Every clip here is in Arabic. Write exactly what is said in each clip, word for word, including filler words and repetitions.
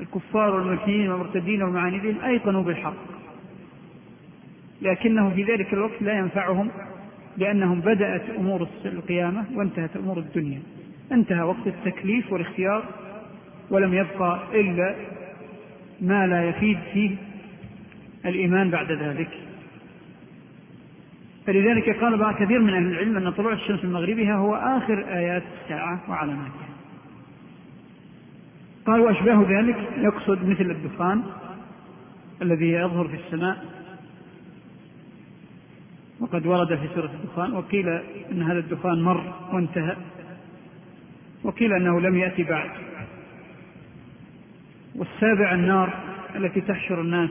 الكفار والمكيين والمرتدين والمعاندين أيقنوا بالحق، لكنه في ذلك الوقت لا ينفعهم، لأنهم بدأت أمور القيامة وانتهت أمور الدنيا، انتهى وقت التكليف والاختيار، ولم يبقى إلا ما لا يفيد فيه الإيمان بعد ذلك. فلذلك قال بعض كثير من أهل العلم أن طلوع الشمس من مغربها هو آخر آيات الساعة وعلاماتها. قال وأشباه ذلك يقصد مثل الدخان الذي يظهر في السماء، وقد ورد في سورة الدخان، وقيل أن هذا الدخان مر وانتهى، وقيل أنه لم يأتي بعد. والسابع النار التي تحشر الناس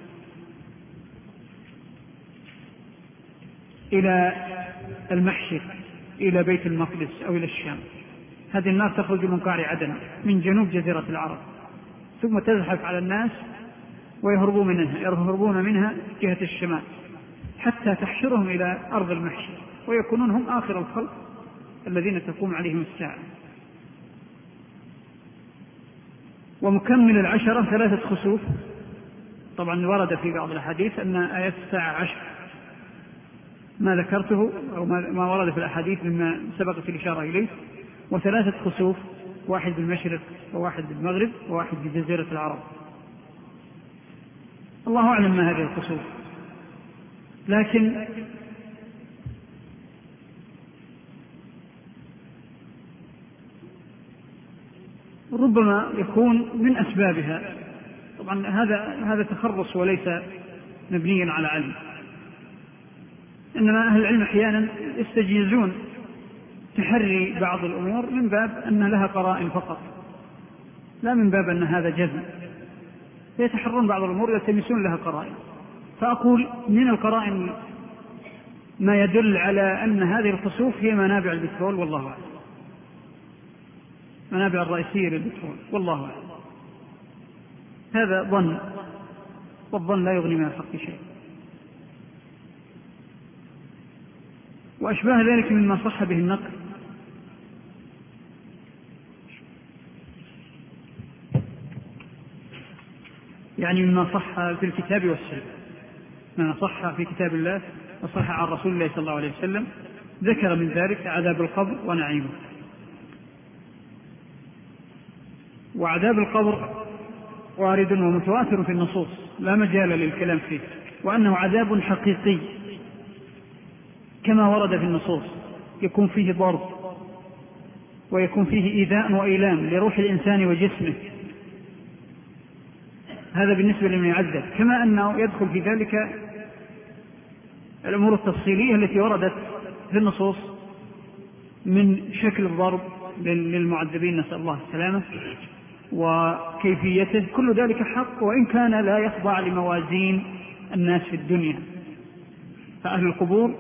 إلى المحشر، إلى بيت المقدس أو إلى الشام. هذه النار تخرج من قعر عدن من جنوب جزيرة العرب، ثم تزحف على الناس ويهربون منها يهربون منها جهة الشمال حتى تحشرهم إلى أرض المحشر، ويكونون هم آخر الخلق الذين تقوم عليهم الساعة. ومكمل العشرة ثلاثة خسوف. طبعا ورد في بعض الأحاديث أن آيات الساعة عشر، ما ذكرته أو ما ورد في الأحاديث مما سبقت الإشارة إليه. وثلاثة خسوف، واحد بالمشرق وواحد بالمغرب وواحد بجزيرة العرب. الله أعلم ما هذه الخسوف، لكن ربما يكون من أسبابها. طبعا هذا هذا تخرص وليس مبنيا على علم، إنما أهل العلم أحيانا يستجيزون تحري بعض الأمور من باب أن لها قرائن فقط، لا من باب أن هذا جزم، فيتحرون بعض الأمور يلتمسون لها قرائن. فأقول من القرائن ما يدل على أن هذه الخسوف هي منابع البترول، والله أعلم، منابع الرئيسية للبترول، والله أعلم. هذا ظن، والظن لا يغني من الحق شيء. وأشباه ذلك مما صح به النقل يعني مما صح في الكتاب والسنة، ما صح في كتاب الله وصح عن رسول الله صلى الله عليه وسلم. ذكر من ذلك عذاب القبر ونعيمه. وعذاب القبر وارد ومتواتر في النصوص لا مجال للكلام فيه، وأنه عذاب حقيقي كما ورد في النصوص، يكون فيه ضرب ويكون فيه إيذاء وإيلام لروح الإنسان وجسمه. هذا بالنسبة لمن يعذب، كما أنه يدخل في ذلك الأمور التفصيلية التي وردت في النصوص من شكل الضرب للمعذبين، نسأل الله السلامة، وكيفيته. كل ذلك حق، وإن كان لا يخضع لموازين الناس في الدنيا. فأهل القبور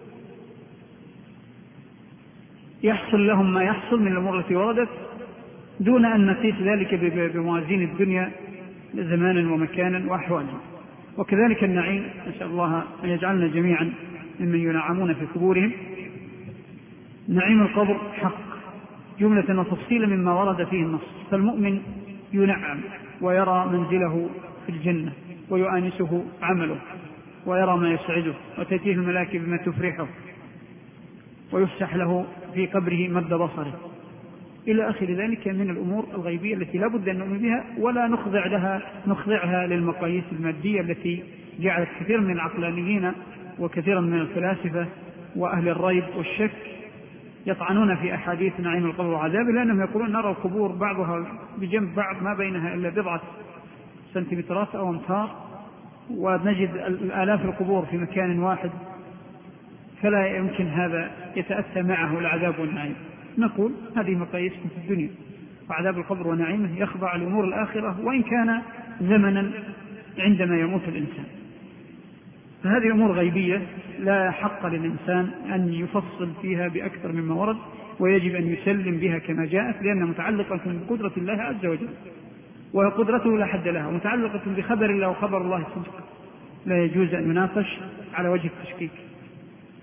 يحصل لهم ما يحصل من الأمور التي وردت دون أن نقيس ذلك بموازين الدنيا زمانا ومكانا وأحوالا. وكذلك النعيم، نسأل الله أن يجعلنا جميعا ممن ينعمون في قبورهم. نعيم القبر حق جملة وتفصيلا مما ورد فيه النص. فالمؤمن ينعم ويرى منزله في الجنة ويؤانسه عمله ويرى ما يسعده، وتأتيه الملائكة بما تفرحه، ويفسح له في قبره مد بصره، إلى آخر ذلك من الأمور الغيبية التي لا بد أن نؤمن بها، ولا نخضع لها نخضعها للمقاييس المادية التي جعلت كثير من العقلانيين وكثيرا من الفلاسفة وأهل الريب والشك يطعنون في أحاديث نعيم القبر وعذابه، لأنهم يقولون نرى القبور بعضها بجنب بعض ما بينها إلا بضعة سنتيمترات أو أمتار، ونجد الآلاف القبور في مكان واحد، فلا يمكن هذا يتأتى معه العذاب والنعيم. نقول هذه مقاييسكم في الدنيا، وعذاب القبر ونعيمه يخضع لأمور الآخرة وإن كان زمنا عندما يموت الإنسان. فهذه أمور غيبية لا حق للإنسان أن يفصل فيها بأكثر مما ورد، ويجب أن يسلم بها كما جاءت، لأنها متعلقة بقدرة الله عز وجل، وقدرته لا حد لها، ومتعلقة بخبر الله وخبر الله صدق، لا يجوز أن يناقش على وجه التشكيك.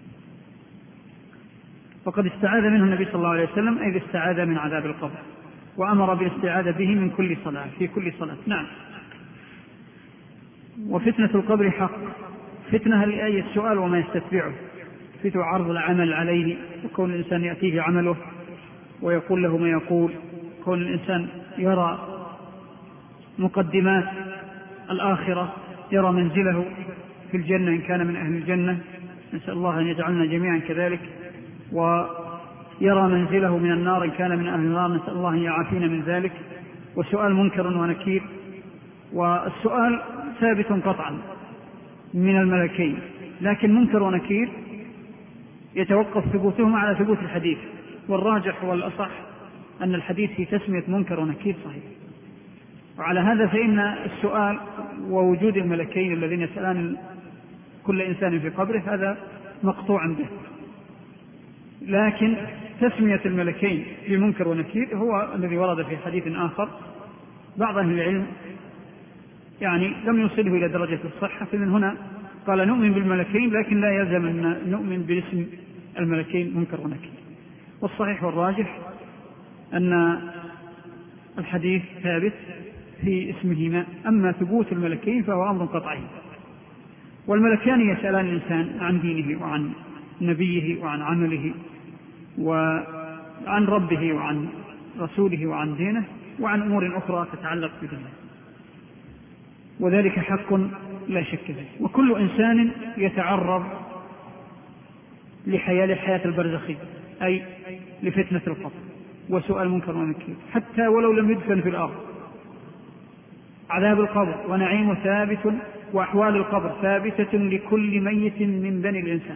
وقد استعاذ منه النبي صلى الله عليه وسلم، أي استعاذ من عذاب القبر، وأمر بالاستعاذة به من كل صلاة في كل صلاة. نعم. وفتنة القبر حق. فتنة لأي السؤال وما يستتبعه، فتنة عرض العمل عليه، وكون الإنسان يأتيه عمله ويقول له ما يقول، كون الإنسان يرى مقدمات الآخرة، يرى منزله في الجنة إن كان من أهل الجنة، نسأل الله أن يجعلنا جميعا كذلك، ويرى منزله من النار إن كان من أهل النار، نسأل الله أن يعافينا من ذلك. وسؤال منكر ونكير، والسؤال ثابت قطعا من الملكين، لكن منكر ونكير يتوقف ثبوتهما على ثبوت الحديث، والراجح والأصح أن الحديث في تسمية منكر ونكير صحيح. وعلى هذا فإن السؤال ووجود الملكين الذين يسألان كل إنسان في قبره هذا مقطوع به، لكن تسمية الملكين في منكر ونكير هو الذي ورد في حديث آخر. بعض أهل العلم يعني لم يوصله إلى درجة الصحة، فمن هنا قال نؤمن بالملكين لكن لا يلزم أن نؤمن باسم الملكين منكر ونكير. والصحيح والراجح أن الحديث ثابت في اسمهما، أما ثبوت الملكين فهو أمر قطعي. والملكان يسألان الإنسان عن دينه وعن نبيه وعن عمله وعن ربه وعن رسوله وعن دينه وعن أمور أخرى تتعلق بدينه، وذلك حق لا شك فيه. وكل إنسان يتعرض لحياة الحياة البرزخية، أي لفتنة القبر وسؤال منكر ونكير، حتى ولو لم يدفن في الأرض. عذاب القبر ونعيم ثابت، وأحوال القبر ثابتة لكل ميت من بني الإنسان،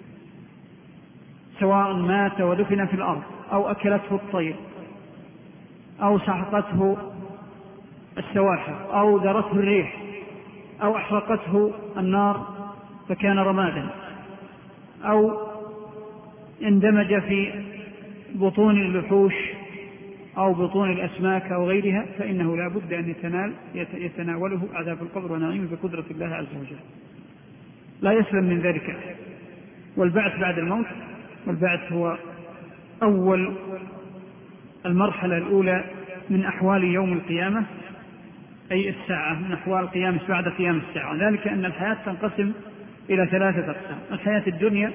سواء مات ودفن في الأرض أو أكلته الطير أو سحقته السواحل أو درته الريح أو أحرقته النار فكان رمادا أو اندمج في بطون اللحوش أو بطون الأسماك أو غيرها، فإنه لا بد أن يتنال يتناوله عذاب القبر ونعيم بقدرة الله عز وجل، لا يسلم من ذلك. والبعث بعد الموت، والبعث هو أول المرحلة الأولى من أحوال يوم القيامة، أي الساعة، من أحوال قيام بعد قيام الساعة. ذلك أن الحياة تنقسم إلى ثلاثة أقسام: الحياة الدنيا،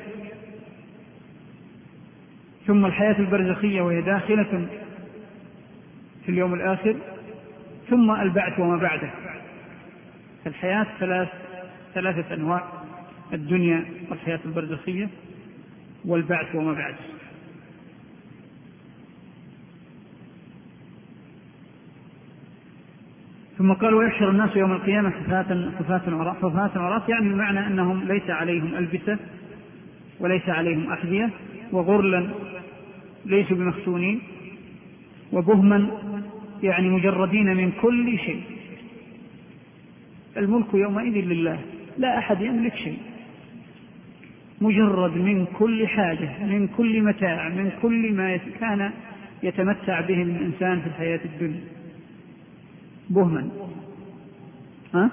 ثم الحياة البرزخية وهي داخلة في اليوم الآخر، ثم البعث وما بعده. الحياة ثلاث ثلاثة أنواع: الدنيا والحياة البرزخية والبعث وما بعده. ثم قال ويحشر الناس يوم القيامة حفاة حفاة عراة، يعني بمعنى أنهم ليس عليهم ألبسة وليس عليهم أحذية، وغرلا ليسوا بمختونين، وبهما يعني مجردين من كل شيء. الملك يومئذ لله، لا أحد يملك شيء، مجرد من كل حاجة، من كل متاع، من كل ما كان يتمتع به الإنسان في الحياة الدنيا. بهما ها؟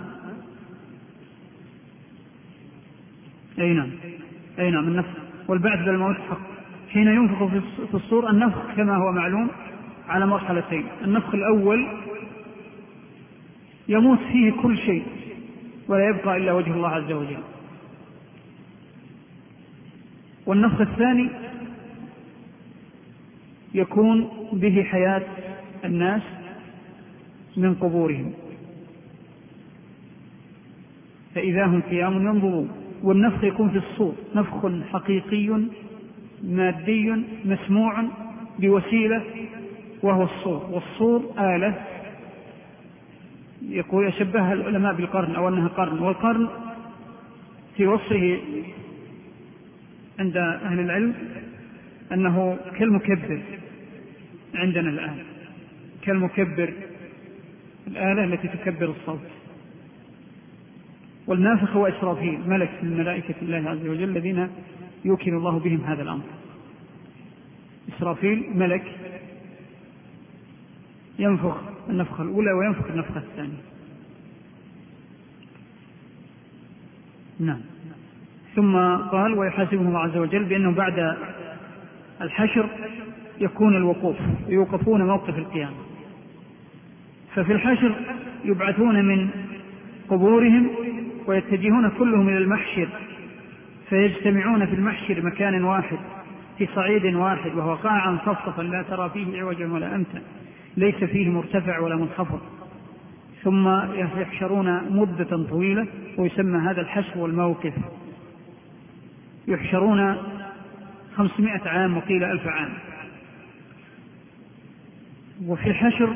أي نعم أي نعم النفخ. والبعث بالموت حق. حين ينفخ في الصور، النفخ كما هو معلوم على مرحلتين: النفخ الأول يموت فيه كل شيء ولا يبقى إلا وجه الله عز وجل، والنفخ الثاني يكون به حياة الناس من قبورهم فإذا هم قيام ينظرون. والنفخ يكون في الصور، نفخ حقيقي مادي مسموع بوسيلة وهو الصور. والصور آلة يقول يشبهها العلماء بالقرن أو أنها قرن، والقرن في وصفه عند أهل العلم أنه كالمكبر عندنا الآن، كالمكبر، الآلة التي تكبر الصوت. والنافخ هو إسرافيل، ملك من ملائكة الله عز وجل الذين يوكل الله بهم هذا الأمر. إسرافيل ملك ينفخ النفخة الأولى وينفخ النفخة الثانية. نعم. ثم قال ويحاسبهم الله عز وجل بأنه بعد الحشر يكون الوقوف، يوقفون موقف القيامة، ففي الحشر يبعثون من قبورهم ويتجهون كلهم إلى المحشر، فيجتمعون في المحشر مكان واحد في صعيد واحد، وهو قاعا صفصفا لا ترى فيه عوجا ولا أمتا، ليس فيه مرتفع ولا منخفض. ثم يحشرون مدة طويلة، ويسمى هذا الحشر والموقف. يحشرون خمسمائة عام وقيل ألف عام. وفي الحشر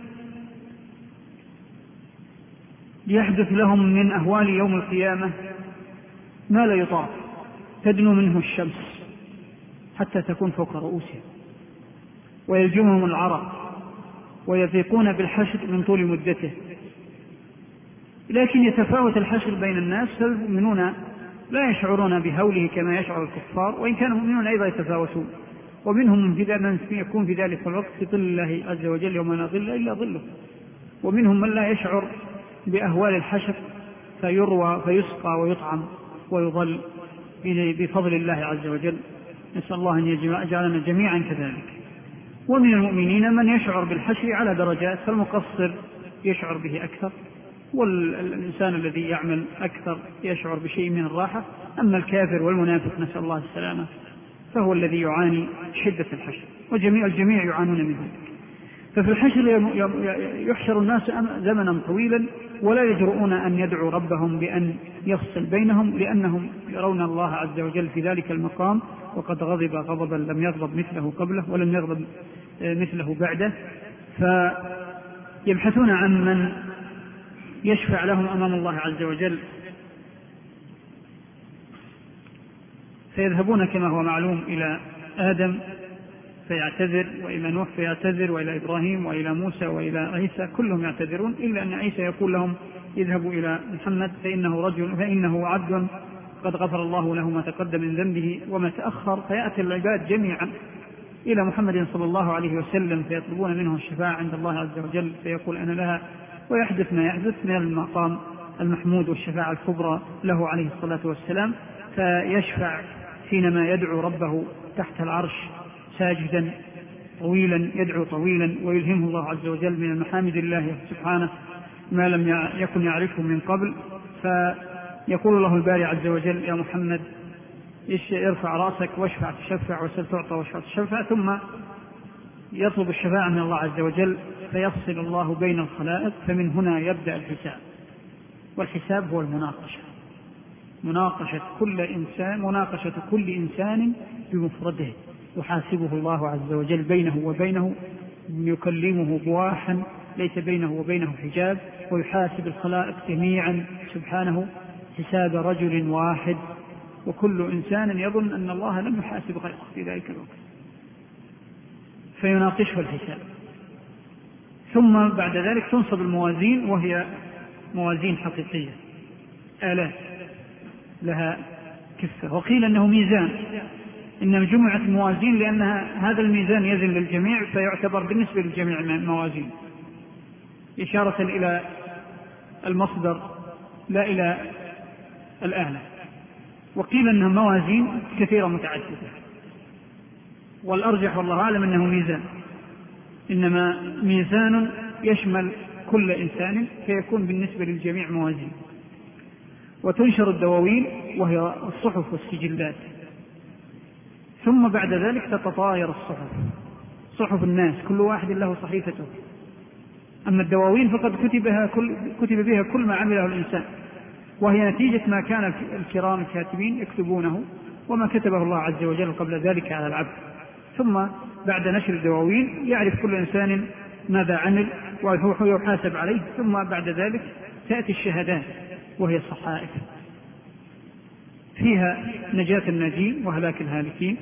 يحدث لهم من أهوال يوم القيامة ما لا يطاق، تدنو منه الشمس حتى تكون فوق رؤوسهم، ويلجمهم العرق، ويضيقون بالحشر من طول مدته. لكن يتفاوت الحشر بين الناس، فالمؤمنون لا يشعرون بهوله كما يشعر الكفار، وإن كانوا المؤمنون أيضا يتفاوتون. ومنهم من يكون في ذلك الوقت في ظل الله عز وجل يوم لا ظل إلا ظله، ومنهم من لا يشعر بأهوال الحشر فيروى فيسقى ويطعم ويظل بفضل الله عز وجل. نسأل الله أن يجعلنا جميعا كذلك. ومن المؤمنين من يشعر بالحشر على درجات، فالمقصر يشعر به أكثر، والإنسان الذي يعمل أكثر يشعر بشيء من الراحة. أما الكافر والمنافق نسأل الله السلامة فهو الذي يعاني شدة الحشر، وجميع الجميع يعانون منه. ففي الحشر يحشر الناس زمنا طويلا، ولا يجرؤون أن يدعوا ربهم بأن يفصل بينهم، لأنهم يرون الله عز وجل في ذلك المقام وقد غضب غضبا لم يغضب مثله قبله ولم يغضب مثله بعده. فيبحثون عن من يشفع لهم أمام الله عز وجل، فيذهبون كما هو معلوم إلى آدم فيعتذر، وإلى نوح فيعتذر، وإلى إبراهيم، وإلى موسى، وإلى عيسى، كلهم يعتذرون، إلا أن عيسى يقول لهم اذهبوا إلى محمد فإنه رجل فإنه عبد قد غفر الله له ما تقدم من ذنبه وما تأخر. فيأتي العباد جميعا إلى محمد صلى الله عليه وسلم فيطلبون منه الشفاعة عند الله عز وجل، فيقول أنا لها، ويحدث ما يحدث من المقام المحمود والشفاعة الكبرى له عليه الصلاة والسلام. فيشفع حينما يدعو ربه تحت العرش ساجدا طويلا، يدعو طويلا، ويلهمه الله عز وجل من المحامد الله سبحانه ما لم يكن يعرفه من قبل. فيقول الله الباري عز وجل يا محمد ارفع رأسك واشفع تشفع وسل تعطى واشفع تشفع، ثم يطلب الشفاعة من الله عز وجل فيفصل الله بين الخلائق. فمن هنا يبدأ الحساب، والحساب هو المناقشة، مناقشة كل إنسان مناقشة كل إنسان بمفرده، يحاسبه الله عز وجل بينه وبينه، يكلمه بواحا ليس بينه وبينه حجاب، ويحاسب الخلائق جميعا سبحانه حساب رجل واحد، وكل إنسان يظن أن الله لم يحاسب غيره في ذلك الوقت، فيناقشه الحساب. ثم بعد ذلك تنصب الموازين، وهي موازين حقيقية آلات لها كفة. وقيل أنه ميزان، إن جمعت الموازين لأنها هذا الميزان يزن للجميع، فيعتبر بالنسبة للجميع موازين، إشارة إلى المصدر لا إلى الآلة. وقيل أنها موازين كثيرة متعددة، والأرجح والله أعلم أنه ميزان، إنما ميزان يشمل كل إنسان فيكون بالنسبة للجميع موازين. وتنشر الدواوين وهي الصحف والسجلات، ثم بعد ذلك تتطاير الصحف، صحف الناس كل واحد له صحيفته. أما الدواوين فقد كتب بها كل, كتب بها كل ما عمله الإنسان، وهي نتيجة ما كان الكرام الكاتبين يكتبونه وما كتبه الله عز وجل قبل ذلك على العبد. ثم بعد نشر الدواوين يعرف كل إنسان ماذا عمل وهو يحاسب عليه. ثم بعد ذلك تأتي الشهادات وهي الصحائف، فيها نجاة الناجين وهلاك الهالكين.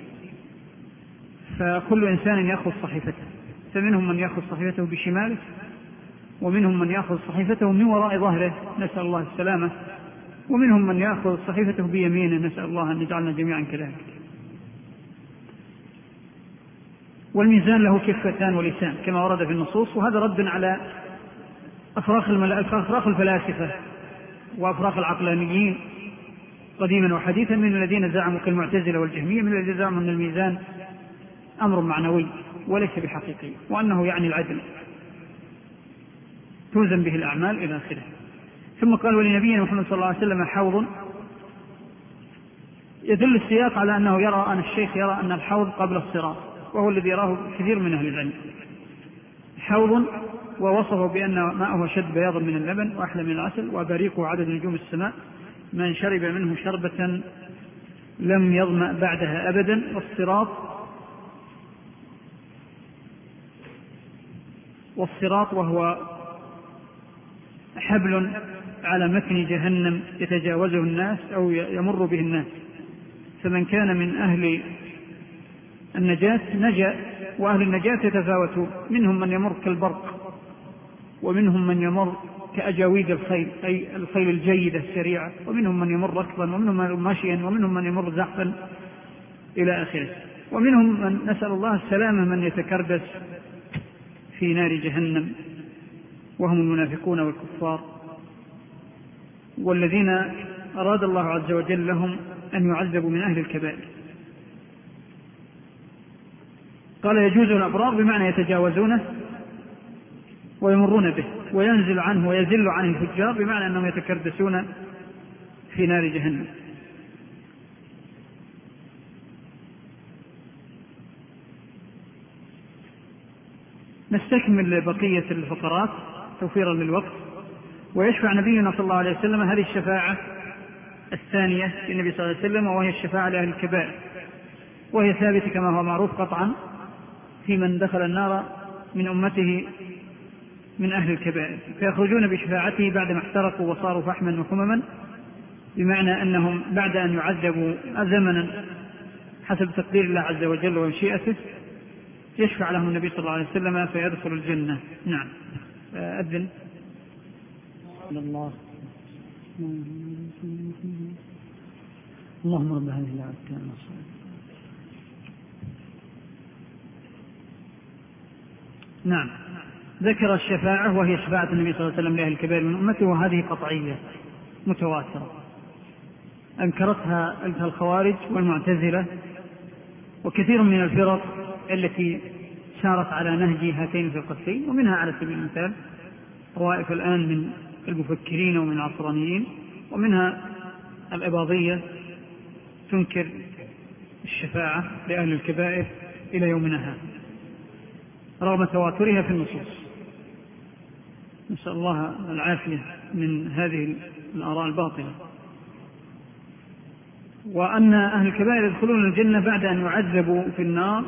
فكل إنسان يأخذ صحيفته، فمنهم من يأخذ صحيفته بشماله، ومنهم من يأخذ صحيفته من وراء ظهره نسأل الله السلامة، ومنهم من يأخذ صحيفته بيمينه نسأل الله أن يجعلنا جميعا كذلك. والميزان له كفتان ولسان كما ورد في النصوص، وهذا رد على أفراخ, أفراخ الفلاسفة وأفراخ العقلانيين قديما وحديثا، من الذين زعموا كالمعتزلة والجهمية، من الذين زعموا أن الميزان أمر معنوي وليس بحقيقي، وأنه يعني العدل. توزن به الأعمال إلى آخره. ثم قال ولنبينا محمد صلى الله عليه وسلم حوض. يدل السياق على أنه يرى أن الشيخ يرى أن الحوض قبل الصراط، وهو الذي يراه كثير من أهل العلم. حوض ووصفه بأن ماءه شد بياضا من اللبن وأحلى من العسل وبريقه عدد نجوم السماء، من شرب منه شربة لم يظمأ بعدها أبدا. والصراط والصراط وهو حبل على متن جهنم يتجاوزه الناس أو يمر به الناس، فمن كان من أهل النجاة نجا، وأهل النجاة يتفاوتون، منهم من يمر كالبرق، ومنهم من يمر كأجاويد الخيل أي الخيل الجيدة السريعة، ومنهم من يمر ركضا، ومنهم من ماشيا، ومنهم من يمر زحفا إلى آخره. ومنهم من نسأل الله السلامة من يتكردس في نار جهنم، وهم المنافقون والكفار، والذين أراد الله عز وجل لهم أن يعذبوا من أهل الكبائر. قال يجوز الأبرار بمعنى يتجاوزونه ويمرون به، وينزل عنه ويزل عنه الفجار بمعنى أنهم يتكردسون في نار جهنم. نستكمل بقية الفقرات توفيرا للوقت. ويشفع نبينا صلى الله عليه وسلم هذه الشفاعة الثانية للنبي صلى الله عليه وسلم، وهي الشفاعة لأهل الكبائر، وهي ثابتة كما هو معروف قطعا في من دخل النار من أمته من أهل الكبائر، فيخرجون بشفاعته بعدما احترقوا وصاروا فحما وحمما، بمعنى أنهم بعد أن يعذبوا زمنا حسب تقدير الله عز وجل ومشيئته يشفع لهم النبي صلى الله عليه وسلم فيدخل الجنة. نعم. أذن الله. اللهم رب هذه الدعوة التامة. نعم. ذكر الشفاعة وهي شفاعة النبي صلى الله عليه وسلم لأهل الكبائر من أمته، وهذه قطعية متواترة أنكرتها الخوارج والمعتزلة وكثير من الفرق التي سارت على نهج هاتين الفرقتين، ومنها على سبيل المثال طوائف الآن من المفكرين ومن العصرانيين، ومنها الإباضية تنكر الشفاعة لأهل الكبائر إلى يومنا هذا رغم تواترها في النصوص. نسأل الله العافية من هذه الآراء الباطلة. وأن أهل الكبائر يدخلون الجنة بعد أن يعذبوا في النار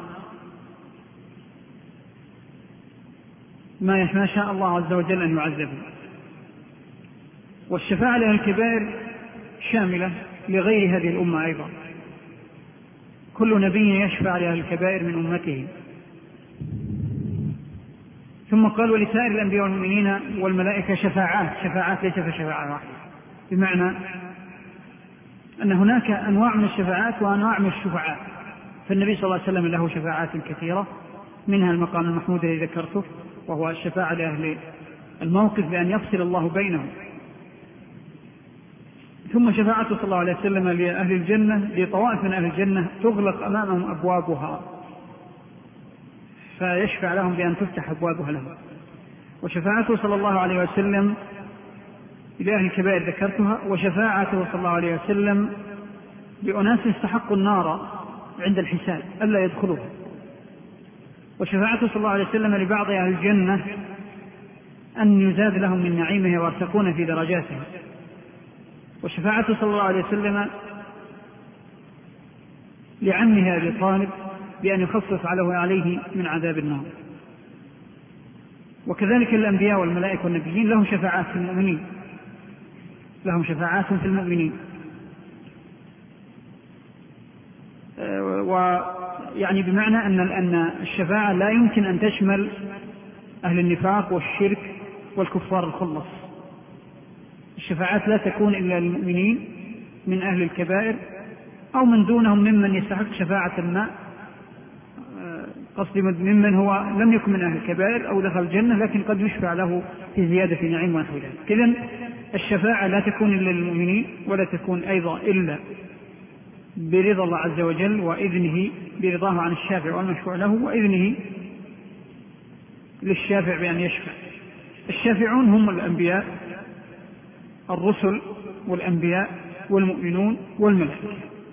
ما شاء الله عز وجل أن يعذبوا. والشفاعة لأهل الكبائر شاملة لغير هذه الأمة أيضا، كل نبي يشفع لأهل الكبائر من أمته. ثم قال ولسائر الأنبياء والمؤمنين والملائكة شفاعات، شفاعات ليس شفاعة واحدة، بمعنى أن هناك أنواع من الشفاعات وأنواع من الشفعاء. فالنبي صلى الله عليه وسلم له شفاعات كثيرة، منها المقام المحمود الذي ذكرته وهو الشفاعة لأهل الموقف بأن يفصل الله بينهم. ثم شفاعته صلى الله عليه وسلم لأهل الجنة لطوائف من أهل الجنة تغلق أمامهم أبوابها فيشفع لهم بأن تفتح أبوابها لهم. وشفاعته صلى الله عليه وسلم لأهل الكبائر ذكرتها، وشفاعته صلى الله عليه وسلم لأناس استحقوا النار عند الحساب ألا يدخلوها. وشفاعته صلى الله عليه وسلم لبعض أهل الجنة أن يزاد لهم من نعيمه ويرتقون في درجاته. وشفاعته صلى الله عليه وسلم لعمه أبي طالب بأن يخفف عليه من عذاب النار. وكذلك الأنبياء والملائكة والنبيين لهم شفاعات في المؤمنين، لهم شفاعات في المؤمنين. ويعني بمعنى أن أن الشفاعة لا يمكن أن تشمل أهل النفاق والشرك والكفار الخلص. الشفاعات لا تكون إلا للمؤمنين من أهل الكبائر أو من دونهم ممن يستحق شفاعة ما، قصدي ممن هو لم يكن من أهل الكبائر أو دخل الجنة لكن قد يشفع له في زيادة في نعيم ونحو ذلك. إذن الشفاعة لا تكون إلا للمؤمنين، ولا تكون أيضا إلا برضا الله عز وجل وإذنه، برضاه عن الشافع والمشفوع له، وإذنه للشافع بأن يشفع. الشافعون هم الأنبياء، الرسل والأنبياء والمؤمنون والملائكة.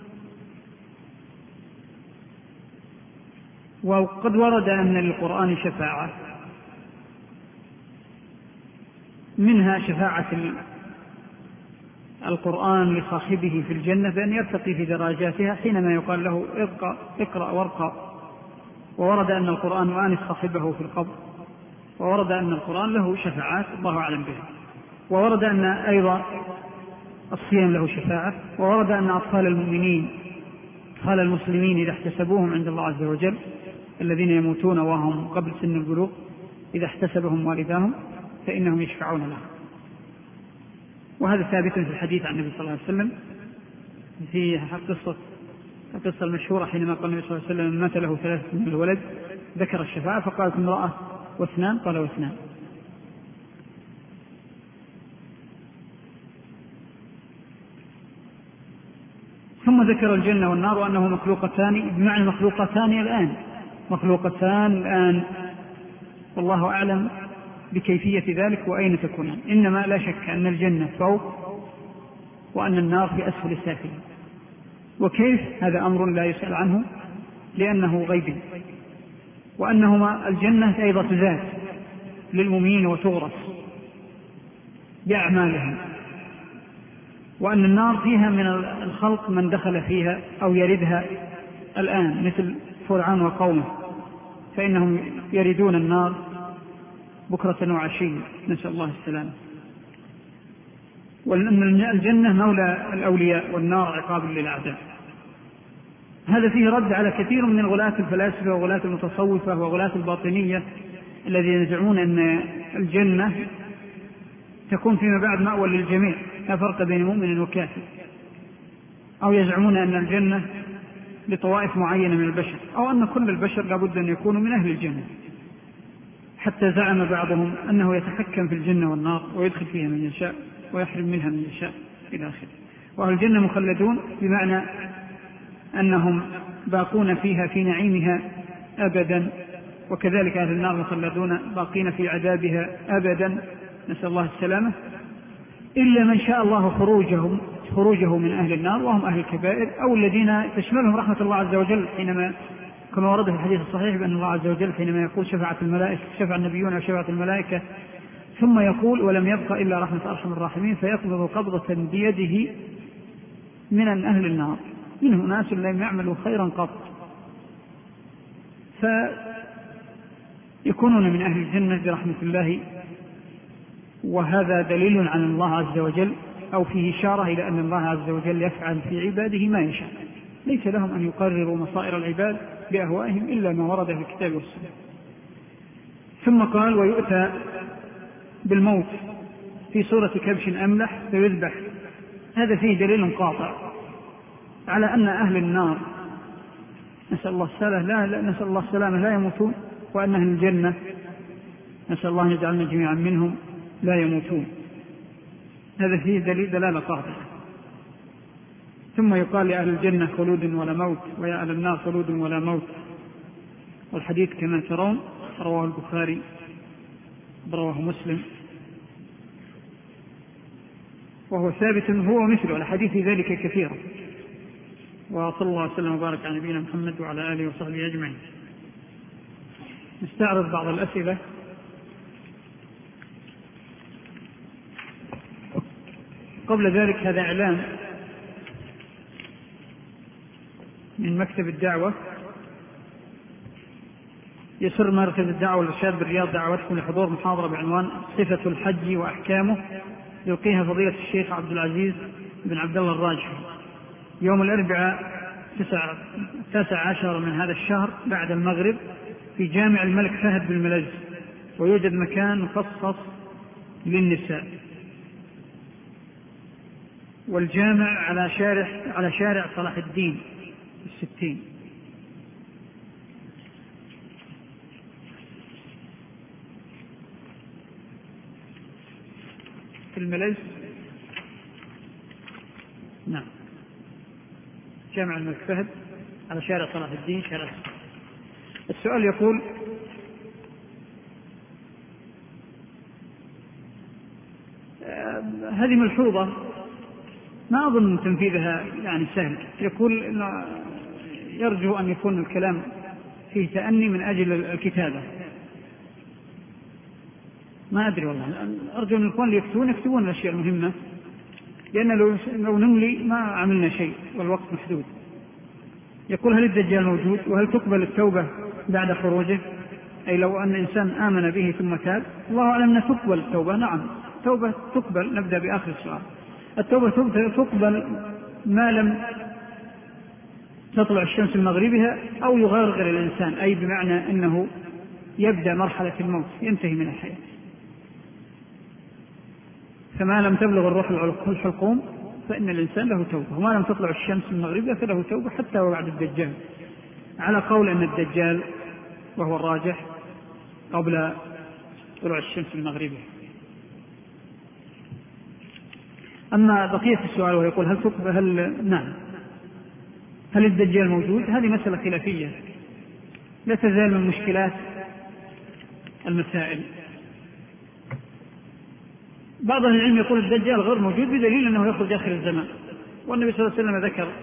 وقد ورد أن للقرآن شفاعة، منها شفاعة القرآن لصاحبه في الجنة بأن يرتقي في درجاتها حينما يقال له اقرأ, اقرأ وارقى. وورد أن القرآن يؤانس صاحبه في القبر، وورد أن القرآن له شفاعات الله أعلم بها، وورد أن أيضا الصيام له شفاعة، وورد أن أطفال المؤمنين أطفال المسلمين إذا احتسبوهم عند الله عز وجل الذين يموتون وهم قبل سن البلوغ إذا احتسبهم والداهم فإنهم يشفعون لهم. وهذا ثابت في الحديث عن النبي صلى الله عليه وسلم في قصة القصة المشهورة حينما قال النبي صلى الله عليه وسلم مات له ثلاثة من الولد ذكر الشفاعة فقالت امرأة واثنان، قال واثنان. ثم ذكر الجنة والنار وأنه مخلوقتان، بمعنى مخلوقتان الآن، مخلوقتان الآن، والله أعلم بكيفية ذلك وأين تكونان. إنما لا شك أن الجنة فوق وأن النار في أسفل السافلين. وكيف؟ هذا أمر لا يسأل عنه لأنه غيبي. وأنهما الجنة أيضا ذات للمؤمنين وتغرس بأعمالهم، وأن النار فيها من الخلق من دخل فيها أو يردها الآن مثل فرعون وقومه، فإنهم يردون النار بكرة وعشية، نسأل الله السلامة. وأن الجنة مولى الأولياء والنار عقاب للأعداء. هذا فيه رد على كثير من غلاة الفلاسفة وغلاة المتصوفة وغلاة الباطنية الذين يزعمون أن الجنة تكون فيما بعد مأوى للجميع لا فرق بين مؤمن وكافر، أو يزعمون أن الجنة لطوائف معينة من البشر، أو أن كل البشر لابد أن يكونوا من أهل الجنة. حتى زعم بعضهم أنه يتحكم في الجنة والنار ويدخل فيها من يشاء ويحرم منها من يشاء إلى آخره. وأهل الجنة مخلدون بمعنى أنهم باقون فيها في نعيمها أبدا، وكذلك أهل النار مخلدون باقين في عذابها أبدا، نسأل الله السلامة، إلا من شاء الله خروجهم خروجه من أهل النار وهم أهل الكبائر أو الذين تشملهم رحمة الله عز وجل، حينما كما ورد في الحديث الصحيح بأن الله عز وجل حينما يقول شفاعة الملائكة شفاعة النبيون وشفاعة الملائكة ثم يقول ولم يبق إلا رحمة أرحم الراحمين فيقبض قبضة بيده من أهل النار منه ناس لم يعملوا خيرا قط فيكونون من أهل الجنة برحمة الله. وهذا دليل عن الله عز وجل أو فيه إشارة إلى أن الله عز وجل يفعل في عباده ما يشاء، ليس لهم أن يقرروا مصائر العباد بأهوائهم إلا ما ورد في الكتاب والسنة. ثم قال ويؤتى بالموت في صورة كبش أملح فيذبح. هذا فيه دليل قاطع على أن أهل النار نسأل الله السلامة لا, لا نسأل الله السلامة لا يموتون، وأن أهل الجنة نسأل الله أن يجعلنا جميعا منهم لا يموتون. هذا فيه دليل دلالة قاطعة. ثم يقال لأهل الجنة خلود ولا موت، ويا أهل النار خلود ولا موت. والحديث كما ترون رواه البخاري رواه مسلم، وهو ثابت هو مثله الحديث ذلك كثيرا. وصلى الله وسلم وبارك على نبينا محمد وعلى آله وصحبه أجمعين. نستعرض بعض الأسئلة. قبل ذلك هذا إعلان من مكتب الدعوة. يسر مركز الدعوة والإرشاد بالرياض دعوتكم لحضور محاضرة بعنوان صفة الحج وأحكامه يلقيها فضيلة الشيخ عبد العزيز بن عبد الله الراجحي يوم الأربعاء التاسع عشر من هذا الشهر بعد المغرب في جامع الملك فهد بالملز، ويوجد مكان مخصص للنساء. والجامع على شارع على شارع صلاح الدين الستين. في الملز. نعم، جامع الملك فهد على شارع صلاح الدين شارع. السؤال يقول هذه ملحوظة ما أظن تنفيذها يعني سهل. يقول إنه يرجو أن يكون الكلام فيه تأني من أجل الكتابة. ما أدري والله، أرجو أن الإخوان اللي يكتبون يكتبون الأشياء المهمة، لأن لو, لو نملي ما عملنا شيء والوقت محدود. يقول هل الدجال موجود وهل تقبل التوبة بعد خروجه؟ أي لو أن إنسان آمن به ثم تاب، الله أعلم أن تقبل التوبة. نعم التوبة تقبل. نبدأ بآخر السؤال. التوبة تقبل ما لم تطلع الشمس من مغربها أو يغرغر الإنسان، أي بمعنى أنه يبدأ مرحلة الموت، ينتهي من الحياة. فما لم تبلغ الروح الحلقوم فإن الإنسان له توبة، وما لم تطلع الشمس من مغربها فله توبة حتى وبعد الدجال، على قول أن الدجال وهو الراجح قبل طلوع الشمس من مغربها. أما بقية السؤال ويقول هل تقبل هل نعم هل الدجال موجود؟ هذه مسألة خلافية لا تزال من مشكلات المسائل. بعض أهل العلم يقول الدجال غير موجود بدليل أنه يخرج آخر الزمان، والنبي صلى الله عليه وسلم ذكر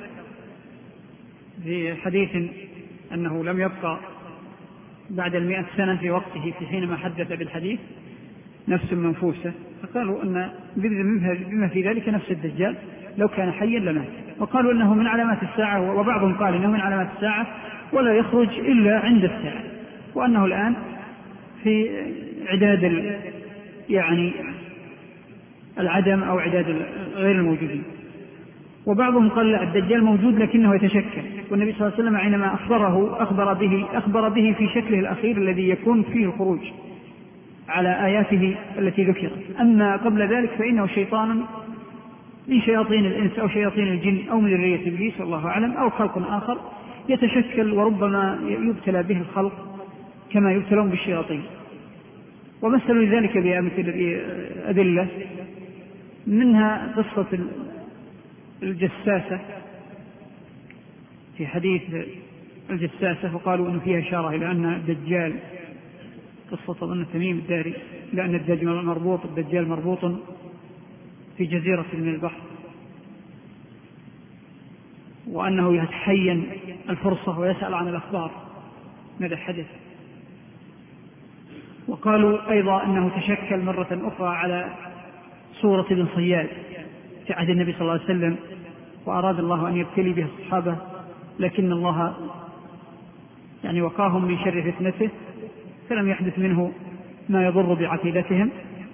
في حديث أنه لم يبقى بعد المئة سنة في وقته في حينما حدث بالحديث نفس منفوسة، فقالوا أن بما في ذلك نفس الدجال لو كان حيا لمات، وقالوا أنه من علامات الساعة، وبعضهم قال أنه من علامات الساعة ولا يخرج إلا عند الساعة، وأنه الآن في عداد يعني العدم أو عداد غير الموجودين. وبعضهم قال لا الدجال موجود لكنه يتشكل، والنبي صلى الله عليه وسلم حينما أخبره أخبر به, أخبر به في شكله الأخير الذي يكون فيه الخروج على آياته التي ذكرت. أما قبل ذلك فإنه شيطان من شياطين الإنس أو شياطين الجن أو من ذرية إبليس والله أعلم، أو خلق آخر يتشكل، وربما يبتلى به الخلق كما يبتلون بالشياطين. ومثلوا لذلك بأمثلة أدلة، منها قصة الجساسة في حديث الجساسة، وقالوا أنه فيها إشارة إلى أن الدجال قصة أظن تميم الداري، لأن الدجال مربوط الدجال مربوط في جزيرة من البحر، وأنه يتحين الفرصة ويسأل عن الأخبار ماذا حدث. وقالوا أيضا أنه تشكل مرة أخرى على صورة ابن صياد في عهد النبي صلى الله عليه وسلم، وأراد الله أن يبتلي به الصحابة، لكن الله يعني وقاهم من شر فتنته فلم يحدث منه ما يضر بعقيدتهم.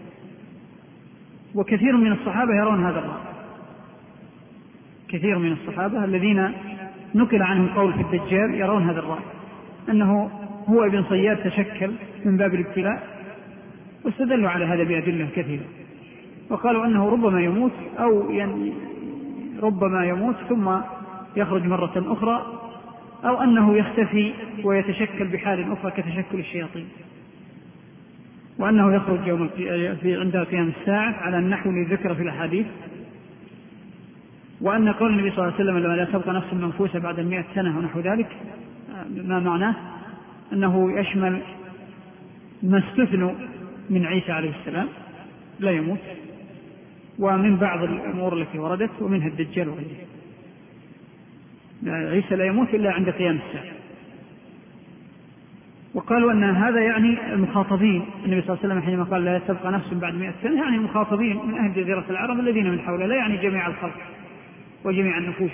وكثير من الصحابة يرون هذا الرأي، كثير من الصحابة الذين نقل عنهم قول في الدجال يرون هذا الرأي، أنه هو ابن صياد تشكل من باب الابتلاء، واستدلوا على هذا بأدلة كثيرة، وقالوا أنه ربما يموت أو يعني ربما يموت ثم يخرج مرة أخرى، أو أنه يختفي ويتشكل بحال أخرى كتشكل الشياطين، وأنه يخرج يوم في عند قيام الساعة على النحو الذي ذكر في الأحاديث. وأن قول النبي صلى الله عليه وسلم لما لا تبقى نفس منفوسة بعد المئة سنة ونحو ذلك، ما معناه أنه يشمل ما استثنوا من عيسى عليه السلام لا يموت، ومن بعض الأمور التي وردت، ومنها الدجال وغيره. عيسى لا يموت إلا عند قيام الساعة. وقالوا أن هذا يعني المخاطبين، النبي صلى الله عليه وسلم حينما قال لا تبقى نفس بعد مئة سنة يعني المخاطبين من أهل جزيرة العرب الذين من حوله، لا يعني جميع الخلق وجميع النفوس.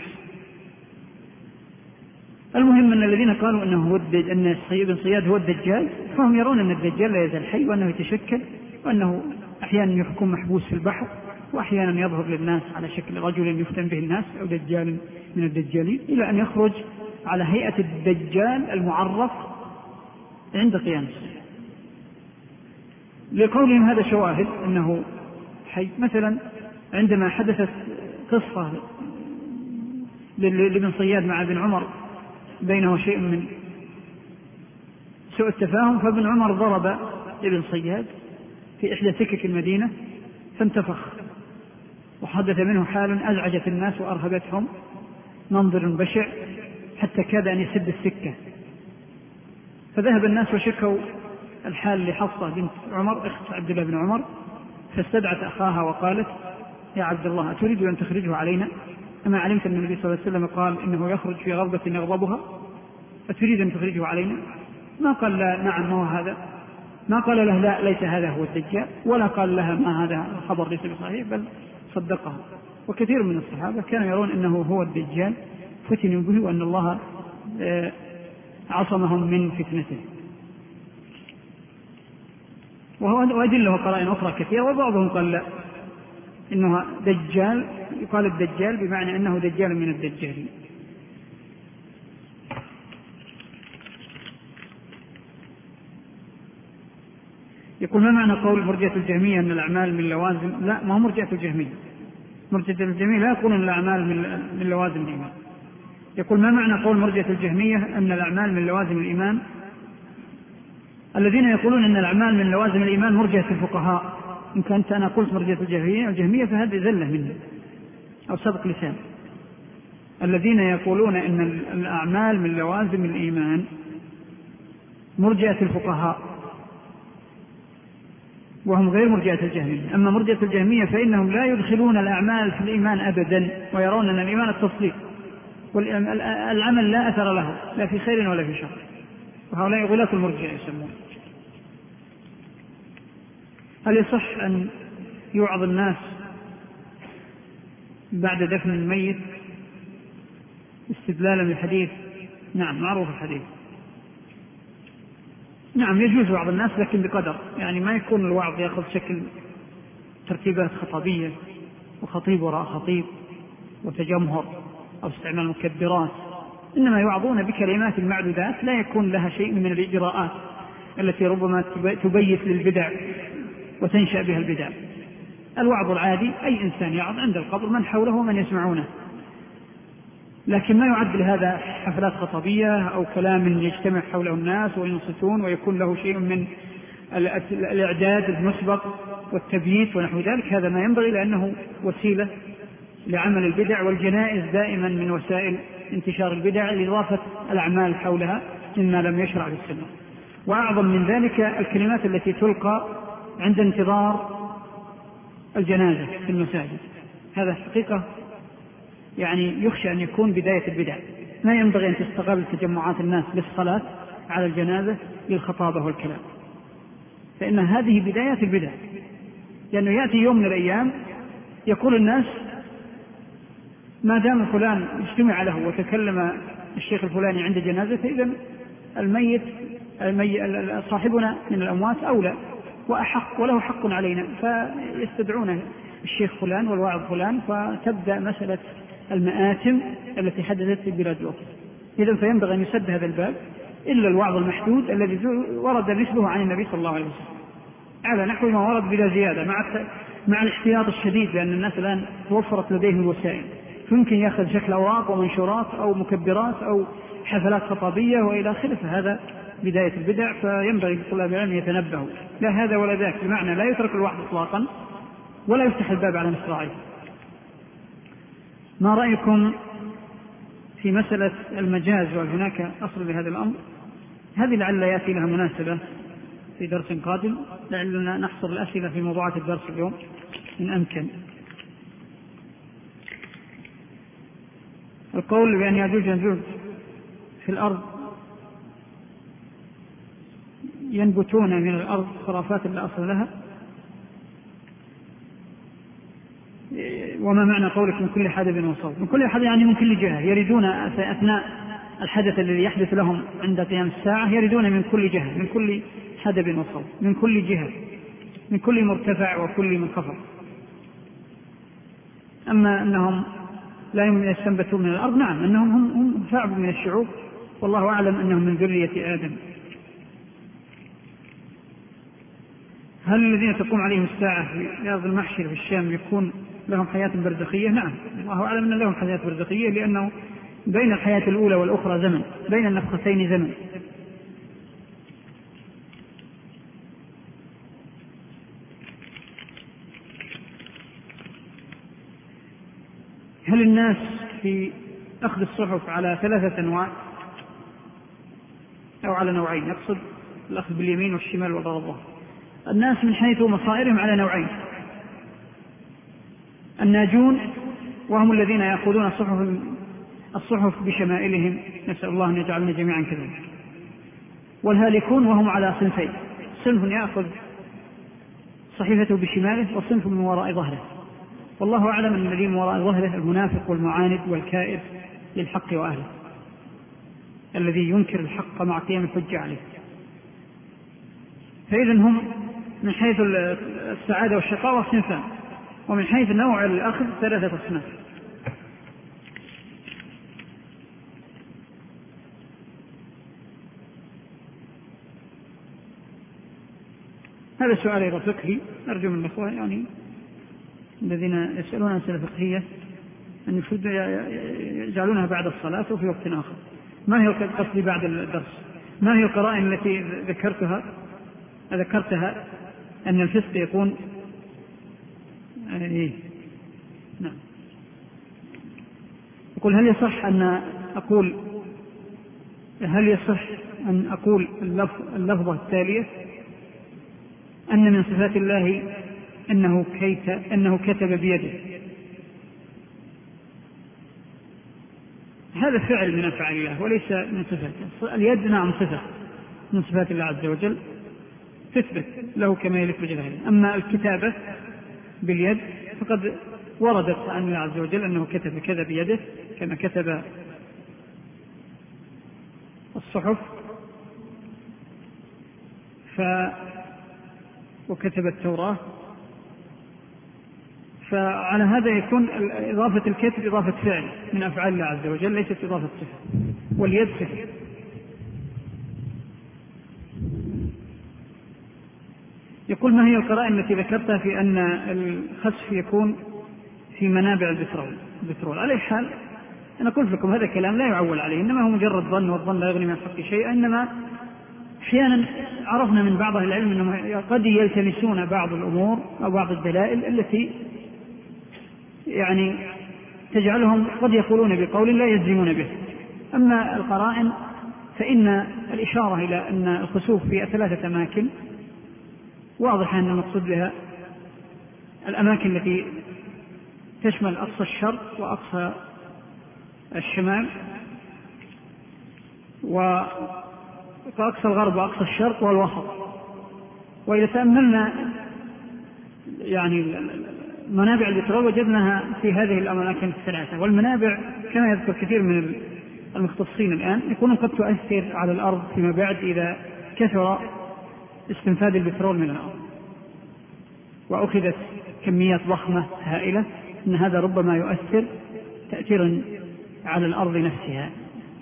المهم أن الذين قالوا أنه هو أن ابن صياد هو الدجال، فهم يرون أن الدجال لا يزال حي، وأنه يتشكل، وأنه أحيانا يحكم محبوس في البحر، وأحيانا يظهر للناس على شكل رجل يفتن به الناس أو دجال من الدجالين، إلى أن يخرج على هيئة الدجال المعرف عند قيام الساعة. لقولهم هذا شواهد أنه حي. مثلا عندما حدثت قصة لابن صياد مع ابن عمر بينه شيء من سوء التفاهم، فابن عمر ضرب ابن صياد في إحدى سكك المدينة فانتفخ، وحدث منه حال أزعجت الناس وأرهبتهم، منظر بشع حتى كاد أن يسد السكة. فذهب الناس وشكوا الحال لحفصة بنت عمر أخت عبد الله بن عمر، فاستدعت أخاها وقالت: يا عبد الله، أتريد أن تخرجه علينا؟ أما علمت أن النبي صلى الله عليه وسلم قال إنه يخرج في غضبة يغضبها، أتريد أن تخرجه علينا؟ ما قال لا نعم هو هذا، ما قال له لا ليس هذا هو الدجال، ولا قال لها ما هذا الخبر ليس بصحيح، بل صدقه. وكثير من الصحابة كانوا يرون أنه هو الدجال فتنوا به، وأن الله عصمهم من فتنته. وأدله قرائن أخرى كثيرة، وبعضهم قال لا إنه دجال، يقال الدجال بمعنى أنه دجال من الدجالين. يقول: ما معنى قول مرجئة الجهمية أن الأعمال من لوازم؟ لا، ما هو مرجئة الجهمية. مرجئة الجهمية لا يقولون الأعمال من لوازم الإيمان. يقول: ما معنى قول مرجئة الجهمية أن الأعمال من لوازم الإيمان؟ الذين يقولون أن الأعمال من لوازم الإيمان مرجئة الفقهاء. إن كنت أنا قلت مرجئة الجهمية الجهمية فهذه ذلة منه أو سبق لسان. الذين يقولون أن الأعمال من لوازم الإيمان مرجئة الفقهاء، وهم غير مرجئة الجهمية. أما مرجئة الجهمية فإنهم لا يدخلون الأعمال في الإيمان أبدا، ويرون أن الإيمان التصديق، والعمل لا أثر له لا في خير ولا في شر، وهؤلاء غلاة المرجئة يسمون. هل يصح أن يوعظ الناس بعد دفن الميت استدلالا بالحديث؟ نعم، معروف الحديث. نعم، يجوز وعظ الناس، لكن بقدر، يعني ما يكون الوعظ يأخذ شكل ترتيبات خطابية وخطيب وراء خطيب وتجمهر أو استعمال مكبرات، إنما يوعظون بكلمات معدودات لا يكون لها شيء من الإجراءات التي ربما تبيت للبدع وتنشأ بها البدع. الوعظ العادي أي إنسان يعظ عند القبر من حوله ومن يسمعونه، لكن ما يعد لهذا حفلات خطبية أو كلام يجتمع حوله الناس وينصتون ويكون له شيء من الإعداد المسبق والتبييت ونحو ذلك. هذا ما ينبغي، لأنه وسيلة لعمل البدع، والجنائز دائما من وسائل انتشار البدع لإضافة الأعمال حولها مما لم يشرع في السنة. وأعظم من ذلك الكلمات التي تلقى عند انتظار الجنازة في المساجد، هذا حقيقة يعني يخشى أن يكون بداية البدع. ما ينبغي أن تستغل تجمعات الناس للصلاة على الجنازة للخطابة والكلام، فإن هذه بداية البدع، لأنه يأتي يوم من الأيام يقول الناس ما دام فلان اجتمع له وتكلم الشيخ الفلاني عند جنازة، إذن الميت صاحبنا من الأموات أولى وأحق وله حق علينا، فيستدعون الشيخ فلان والواعظ فلان، فتبدأ مسألة المآتم التي حدثت في بلاد الأخرى. إذن فينبغي أن يسد هذا الباب إلا الوعظ المحدود الذي ورد مثله عن النبي صلى الله عليه وسلم على نحو ما ورد بلا زيادة، مع مع الاحتياط الشديد، لأن الناس الآن توفرت لديهم الوسائل، يمكن يأخذ شكل أوراق ومنشورات أو مكبرات أو حفلات خطابية وإلى آخره، فهذا بداية البدع. فينبغي لطلاب العلم يتنبهوا لا هذا ولا ذاك، بمعنى لا يترك الوعظ إطلاقا ولا يفتح الباب على مصراعيه. ما رأيكم في مسألة المجاز، وهل هناك أصل لهذا الأمر؟ هذه لعل يأتي لها مناسبة في درس قادم، لعلنا نحصر الأسئلة في موضوعات الدرس اليوم إن أمكن. القول بأن يأجوج ومأجوج في الأرض ينبتون من الأرض خرافات لا أصل لها، وما معنى قولك من كل حدب وصوب؟ من كل حدب يعني من كل جهة، يريدون أثناء الحدث الذي يحدث لهم عند قيام الساعة، يريدون من كل جهة، من كل حدب وصوب، من كل جهة، من كل مرتفع وكل منخفض. أما أنهم لا يستنبتون من الأرض، نعم أنهم هم, هم شعب من الشعوب، والله أعلم أنهم من ذرية آدم. هل الذين تقوم عليهم الساعة في أرض المحشر في الشام يكون لهم حياة برزخية؟ نعم، الله أعلم أن لهم حياة برزخية، لأنه بين الحياة الأولى والأخرى زمن، بين النفختين زمن. هل الناس في أخذ الصحف على ثلاثة أنواع أو على نوعين؟ يقصد الأخذ باليمين والشمال والظهر. الناس من حيث مصائرهم على نوعين، الناجون وهم الذين يأخذون الصحف الصحف بشمائلهم، نسأل الله أن يجعلنا جميعا كذلك. والهالكون وهم على صنفين، صنف يأخذ صحيفته بشماله وصنف من وراء ظهره، والله أعلم أن الذي من وراء ظهره المنافق والمعاند والكائد للحق وأهله، الذي ينكر الحق مع قيام الحجة عليه. فإذا هم من حيث السعادة والشقاوة صنفان، ومن حيث نوع الأخذ ثلاثة أصناف. هذا سؤال أيضا فقهي، أرجو من الأخوة يعني الذين يسألون أسئلة فقهية أن يجعلونها بعد الصلاة وفي وقت آخر. ما هي قصدي بعد الدرس؟ ما هي القرائن التي ذكرتها ذكرتها أن الفسق يكون إيه؟ نعم. يقول هل يصح أن أقول هل يصح أن أقول اللفظة التالية أن من صفات الله أنه كيت أنه كتب بيده؟ هذا فعل من أفعال الله وليس من صفاته. اليد نعم صفة من صفات الله عز وجل تثبت له كما يليق بجلاله. أما الكتابة باليد فقد وردت عن الله عز وجل أنه كتب كذا بيده، كما كتب الصحف ف وكتب التوراة. فعلى هذا يكون إضافة الكتب إضافة فعل من أفعال الله عز وجل، ليست إضافة صفة. واليد صفة. يقول ما هي القرائن التي ذكرتها في أن الخسف يكون في منابع البترول البترول على حال أنا قلت لكم هذا كلام لا يعول عليه، إنما هو مجرد ظن، والظن لا يغني من الحق شيئا. إنما أحيانا عرفنا من بعض العلم أنهم قد يلتمسون بعض الأمور أو بعض الدلائل التي يعني تجعلهم قد يقولون بقول لا يجزمون به. أما القرائن فإن الإشارة إلى أن الخسوف في ثلاثة أماكن واضح أن المقصود بها الأماكن التي تشمل أقصى الشرق وأقصى الشمال وأقصى الغرب وأقصى الشرق والوسط. وإذا تأملنا يعني منابع البترول وجدناها في هذه الأماكن الثلاثة. والمنابع كما يذكر كثير من المختصين الآن يكون قد تؤثر على الأرض فيما بعد إذا كثر استنفاد البترول من الأرض وأخذت كميات ضخمة هائلة، أن هذا ربما يؤثر تأثيرا على الأرض نفسها.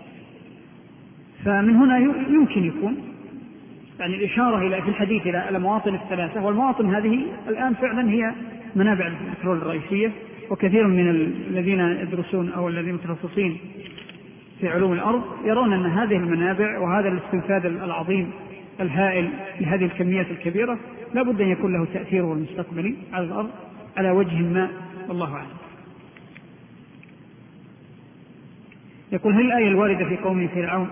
فمن هنا يمكن يكون يعني الإشارة إلى في الحديث إلى المواطن الثلاثة، والمواطن هذه الآن فعلا هي منابع البترول الرئيسية. وكثير من الذين يدرسون أو الذين متخصصين في علوم الأرض يرون أن هذه المنابع وهذا الاستنفاد العظيم الهائل لهذه الكميات الكبيرة لا بد أن يكون له تأثير المستقبلي على الأرض على وجه ما، والله أعلم. يقول هل الآية الواردة في قوم فرعون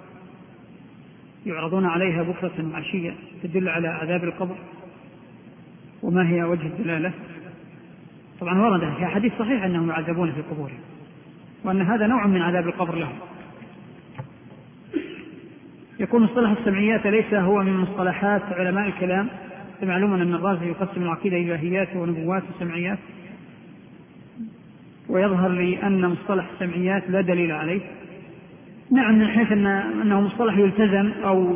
يعرضون عليها بكرة وعشية تدل على عذاب القبر؟ وما هي وجه الدلالة؟ طبعا ورد في حديث صحيح أنهم يعذبون في قبورهم، وأن هذا نوع من عذاب القبر لهم. يكون مصطلح السمعيات ليس هو من مصطلحات علماء الكلام. معلوم أن الرازي يقسم العقيدة إلى إلهيات ونبوات وسمعيات، ويظهر لي أن مصطلح السمعيات لا دليل عليه. نعم من حيث أن أنه مصطلح يلتزم أو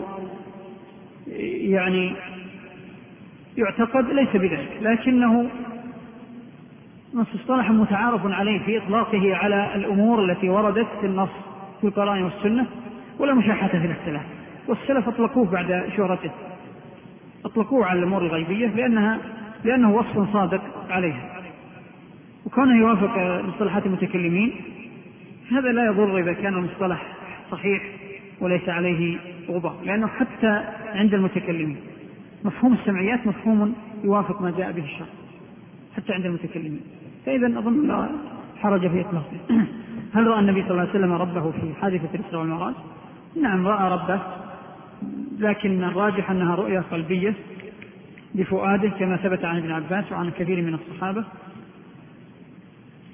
يعني يعتقد ليس بذلك، لكنه مصطلح متعارف عليه في إطلاقه على الأمور التي وردت في النص في القرآن والسنة، ولا مشاحة في الاختلاف. والسلف أطلقوه بعد شهرته، أطلقوه على الأمور الغيبية لأنها لأنه وصف صادق عليها، وكونه يوافق مصطلحات المتكلمين هذا لا يضر إذا كان المصطلح صحيح وليس عليه غبار، لأنه حتى عند المتكلمين مفهوم السمعيات مفهوم يوافق ما جاء به الشرع حتى عند المتكلمين. فإذا أظن لا حرج في إطلاقه. هل رأى النبي صلى الله عليه وسلم ربه في حادثة الإسراء والمعراج؟ نعم رأى ربه، لكن الراجح أنها رؤية قلبية بفؤاده كما ثبت عن ابن عباس وعن كثير من الصحابة.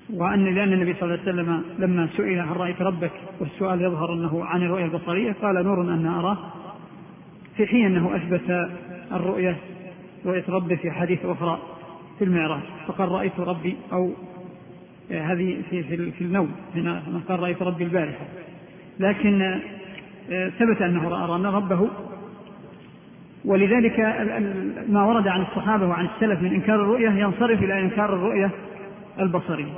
وأن لأن النبي صلى الله عليه وسلم لما سئل هل رأيت ربك والسؤال يظهر أنه عن الرؤية البصرية قال نور أنا أراه، في حين أنه أثبت الرؤية رؤية ربه في حديث أخرى في المعراج فقال رأيت ربي، أو هذه في, في, في النوم هنا قال رأيت ربي البارحة، لكن ثبت أنه رأى ربه. ولذلك ما ورد عن الصحابة وعن السلف من إنكار الرؤية ينصرف إلى إنكار الرؤية البصرية،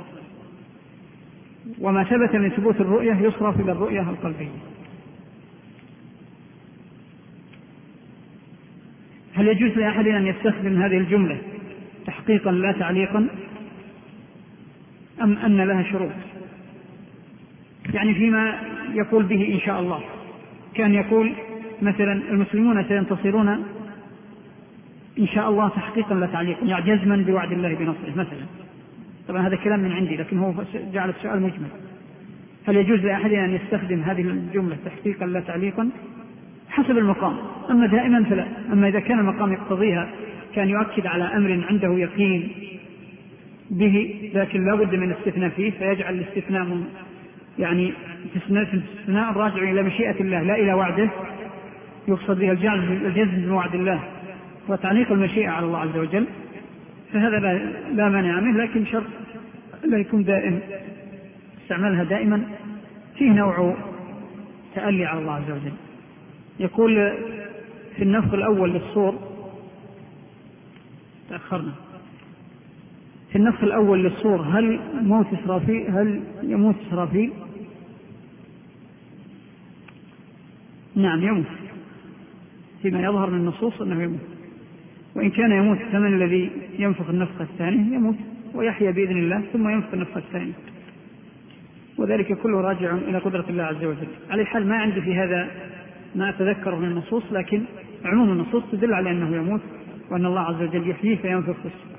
وما ثبت من ثبوت الرؤية يصرف إلى الرؤية القلبية. هل يجوز لأحد أن يستخدم هذه الجملة تحقيقا لا تعليقا، أم أن لها شروط؟ يعني فيما يقول به إن شاء الله، كان يقول مثلا المسلمون سينتصرون إن شاء الله تحقيقا لا تعليقا، يعني جزما بوعد الله بنصره مثلا. طبعا هذا كلام من عندي لكن هو جعل السؤال مجمل. هل يجوز لأحد أن يستخدم هذه الجملة تحقيقا لا تعليقا؟ حسب المقام، أما دائما فلا. أما إذا كان المقام يقتضيها كان يؤكد على أمر عنده يقين به لكن لا بد من الاستثناء فيه، فيجعل الاستثناء من يعني استثناء راجع إلى مشيئة الله لا إلى وعده، يقصد بها الجعل الجزم بوعد الله وتعليق المشيئة على الله عز وجل، فهذا لا, لا مانع منه، لكن شرط لا يكون دائم، استعمالها دائما فيه نوع تألي على الله عز وجل. يقول في النفخ الأول للصور، تأخرنا في النفخ الأول للصور هل موت إسرافيل هل يموت إسرافيل؟ نعم يموت، فيما يظهر من النصوص أنه يموت، وإن كان يموت كمن الذي ينفخ النفخ الثاني يموت ويحيا بإذن الله ثم ينفخ النفخ الثاني، وذلك كله راجع إلى قدرة الله عز وجل. على الحال ما عندي في هذا ما أتذكر من النصوص، لكن عموم النصوص تدل على أنه يموت وأن الله عز وجل يحييه فينفخ في السور.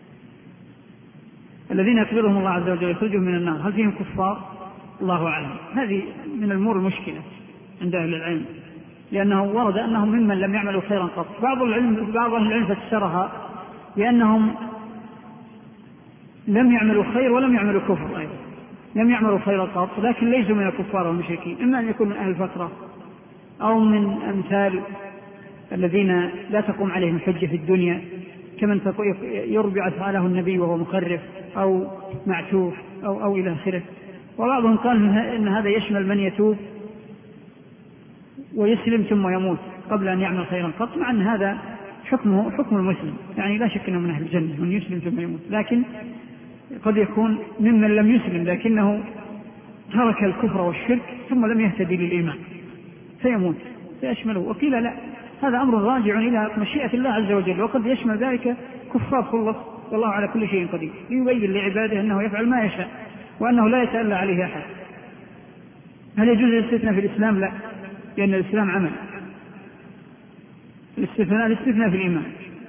الذين يقبضهم الله عز وجل يخرجهم من النار هل فيهم كفار؟ الله أعلم. هذه من الأمور المشكلة عند أهل العلم، لأنه ورد أنهم ممن لم يعملوا خيرا قط. بعض العلم بعض أهل العلم فسرها لأنهم لم يعملوا خير ولم يعملوا كفر أيضا، لم يعملوا خيرا قط لكن ليسوا من الكفار والمشركين، إما أن يكون من أهل الفترة أو من أمثال الذين لا تقوم عليهم الحجة في الدنيا كمن يربع أفعاله النبي وهو مخرف أو معتوف أو, أو إلى آخره. وبعضهم قال إن هذا يشمل من يتوب ويسلم ثم يموت قبل أن يعمل خيرا قط، مع أن هذا حكمه حكم المسلم، يعني لا شك أنه من أهل الجنة من يسلم ثم يموت، لكن قد يكون ممن لم يسلم لكنه ترك الكفر والشرك ثم لم يهتدي للإيمان فيموت فيشمله. وقيل لا، هذا أمر راجع إلى مشيئة الله عز وجل، وقد يشمل ذلك كفار خلص والله على كل شيء قدير، ليبين لعباده أنه يفعل ما يشاء وأنه لا يتألى عليه أحد. هل يجوز الاستثناء في الإسلام؟ لا، لأن الإسلام عمل، الاستثناء الاستثناء في الإيمان،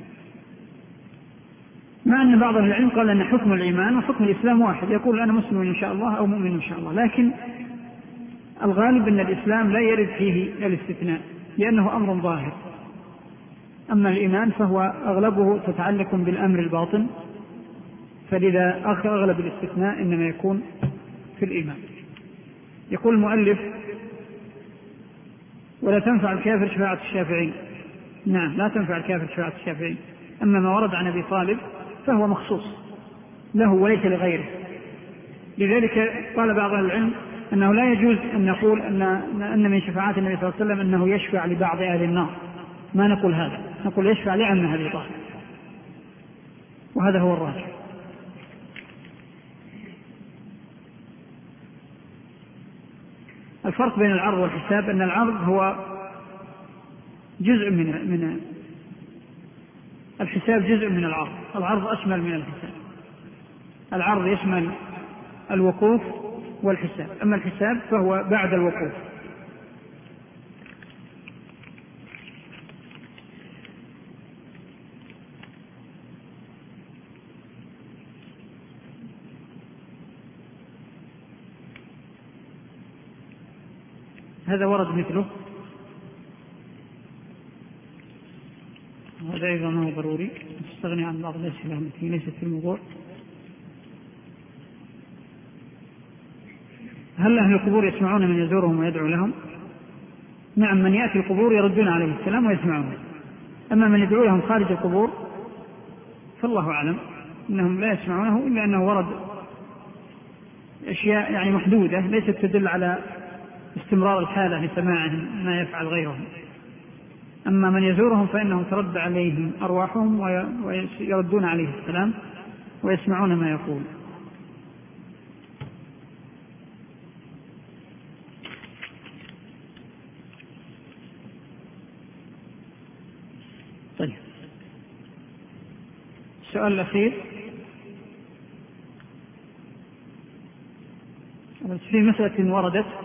مع أن بعض العلم قال أن حكم الإيمان وحكم الإسلام واحد، يقول أنا مسلم إن شاء الله أو مؤمن إن شاء الله، لكن الغالب أن الإسلام لا يرد فيه الاستثناء لأنه أمر ظاهر، أما الإيمان فهو أغلبه تتعلق بالأمر الباطن، فلذا أغلب الاستثناء إنما يكون في الإيمان. يقول المؤلف ولا تنفع الكافر شفاعة الشافعين. نعم لا تنفع الكافر شفاعة الشافعين، أما ما ورد عن أبي طالب فهو مخصوص له وليس لغيره. لذلك قال بعض العلم أنه لا يجوز أن نقول أن, أن من شفاعات النبي صلى الله عليه وسلم أنه يشفع لبعض أهل النار، ما نقول هذا، نقول يشفع لعم أبي طالب، وهذا هو الراجح. الفرق بين العرض والحساب أن العرض هو جزء من من الحساب، جزء من العرض، العرض أشمل من الحساب. العرض يشمل الوقوف والحساب، أما الحساب فهو بعد الوقوف. هذا ورد مثله، هذا أيضا هو ضروري، نستغني عن بعض الأسئلة التي ليست في الموضوع. هل أهل القبور يسمعون من يزورهم ويدعو لهم؟ نعم، من يأتي القبور يردون عليه السلام ويسمعون. أما من يدعو لهم خارج القبور فالله أعلم أنهم لا يسمعونه، إلا أنه ورد أشياء يعني محدودة ليست تدل على استمرار الحالة لسماعهم ما يفعل غيرهم. أما من يزورهم فإنهم ترد عليهم أرواحهم ويردون عليه السلام ويسمعون ما يقول. طيب، السؤال الأخير في مسألة وردت